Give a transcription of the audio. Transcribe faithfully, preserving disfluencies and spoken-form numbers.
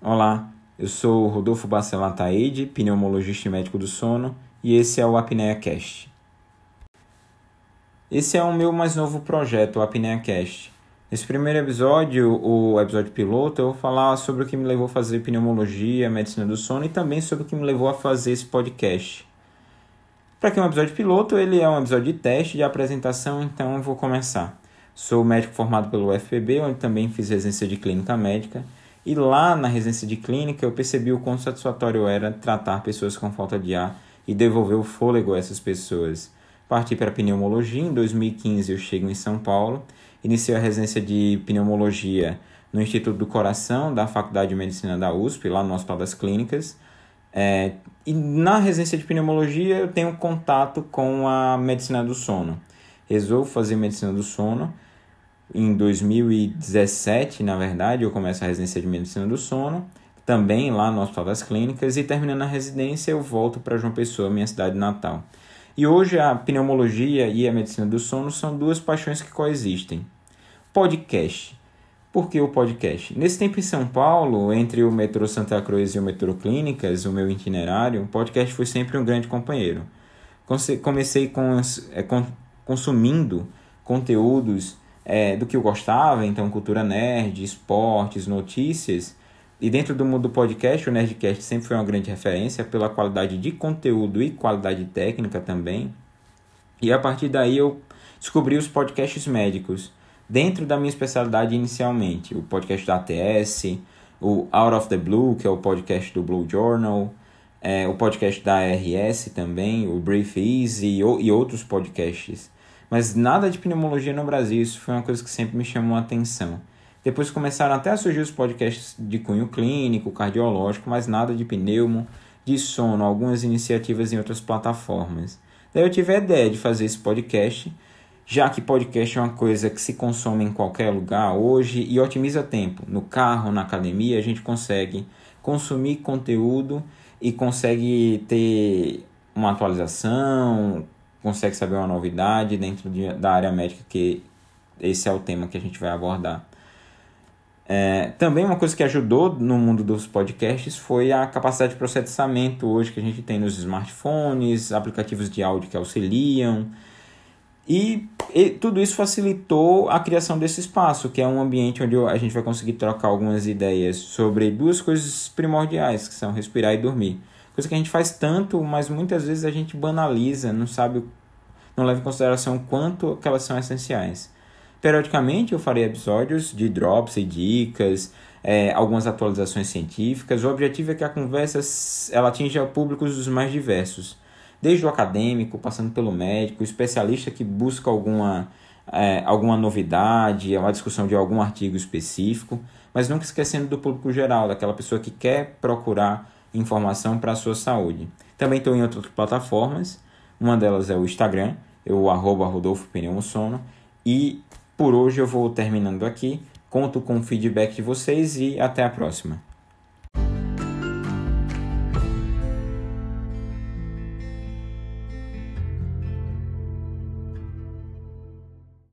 Olá, eu sou Rodolfo Bacelar Taide, pneumologista e médico do sono, e esse é o ApneaCast. Esse é o meu mais novo projeto, o ApneaCast. Nesse primeiro episódio, o episódio piloto, eu vou falar sobre o que me levou a fazer pneumologia, medicina do sono e também sobre o que me levou a fazer esse podcast. Para que é um episódio piloto, ele é um episódio de teste, de apresentação, então eu vou começar. Sou médico formado pelo U F P B, onde também fiz residência de clínica médica. E lá na residência de clínica eu percebi o quão satisfatório era tratar pessoas com falta de ar e devolver o fôlego a essas pessoas. Parti para a pneumologia, em dois mil e quinze eu chego em São Paulo, iniciei a residência de pneumologia no Instituto do Coração da Faculdade de Medicina da U S P, lá no Hospital das Clínicas. É, e na residência de pneumologia eu tenho contato com a medicina do sono. Resolvo fazer medicina do sono. Em dois mil e dezessete, na verdade, eu começo a residência de medicina do sono, também lá no Hospital das Clínicas, e terminando a residência eu volto para João Pessoa, minha cidade natal. E hoje a pneumologia e a medicina do sono são duas paixões que coexistem. Podcast. Por que o podcast? Nesse tempo em São Paulo, entre o metrô Santa Cruz e o metrô Clínicas, o meu itinerário, o podcast foi sempre um grande companheiro. Comecei com, é, com, consumindo conteúdos É, do que eu gostava, então cultura nerd, esportes, notícias. E dentro do mundo do podcast, o Nerdcast sempre foi uma grande referência pela qualidade de conteúdo e qualidade técnica também. E a partir daí eu descobri os podcasts médicos, dentro da minha especialidade inicialmente. O podcast da A T S, o Out of the Blue, que é o podcast do Blue Journal, é, o podcast da A R S também, o Breathe Easy e, e outros podcasts. Mas nada de pneumologia no Brasil, isso foi uma coisa que sempre me chamou a atenção. Depois começaram até a surgir os podcasts de cunho clínico, cardiológico, mas nada de pneumo, de sono, algumas iniciativas em outras plataformas. Daí eu tive a ideia de fazer esse podcast, já que podcast é uma coisa que se consome em qualquer lugar hoje e otimiza tempo. No carro, na academia, a gente consegue consumir conteúdo e consegue ter uma atualização, consegue saber uma novidade dentro de, da área médica, que esse é o tema que a gente vai abordar. É, também uma coisa que ajudou no mundo dos podcasts foi a capacidade de processamento hoje que a gente tem nos smartphones, aplicativos de áudio que auxiliam, e, e tudo isso facilitou a criação desse espaço, que é um ambiente onde a gente vai conseguir trocar algumas ideias sobre duas coisas primordiais, que são respirar e dormir. Coisa que a gente faz tanto, mas muitas vezes a gente banaliza, não sabe, não leva em consideração o quanto que elas são essenciais. Periodicamente eu farei episódios de drops e dicas, é, algumas atualizações científicas. O objetivo é que a conversa ela atinja públicos dos mais diversos, desde o acadêmico, passando pelo médico, o especialista que busca alguma, é, alguma novidade, uma discussão de algum artigo específico, mas nunca esquecendo do público geral, daquela pessoa que quer procurar informação para a sua saúde. Também estou em outras plataformas, uma delas é o Instagram, eu arroba Rodolfo Pneumosono, e por hoje eu vou terminando aqui, conto com o feedback de vocês e até a próxima.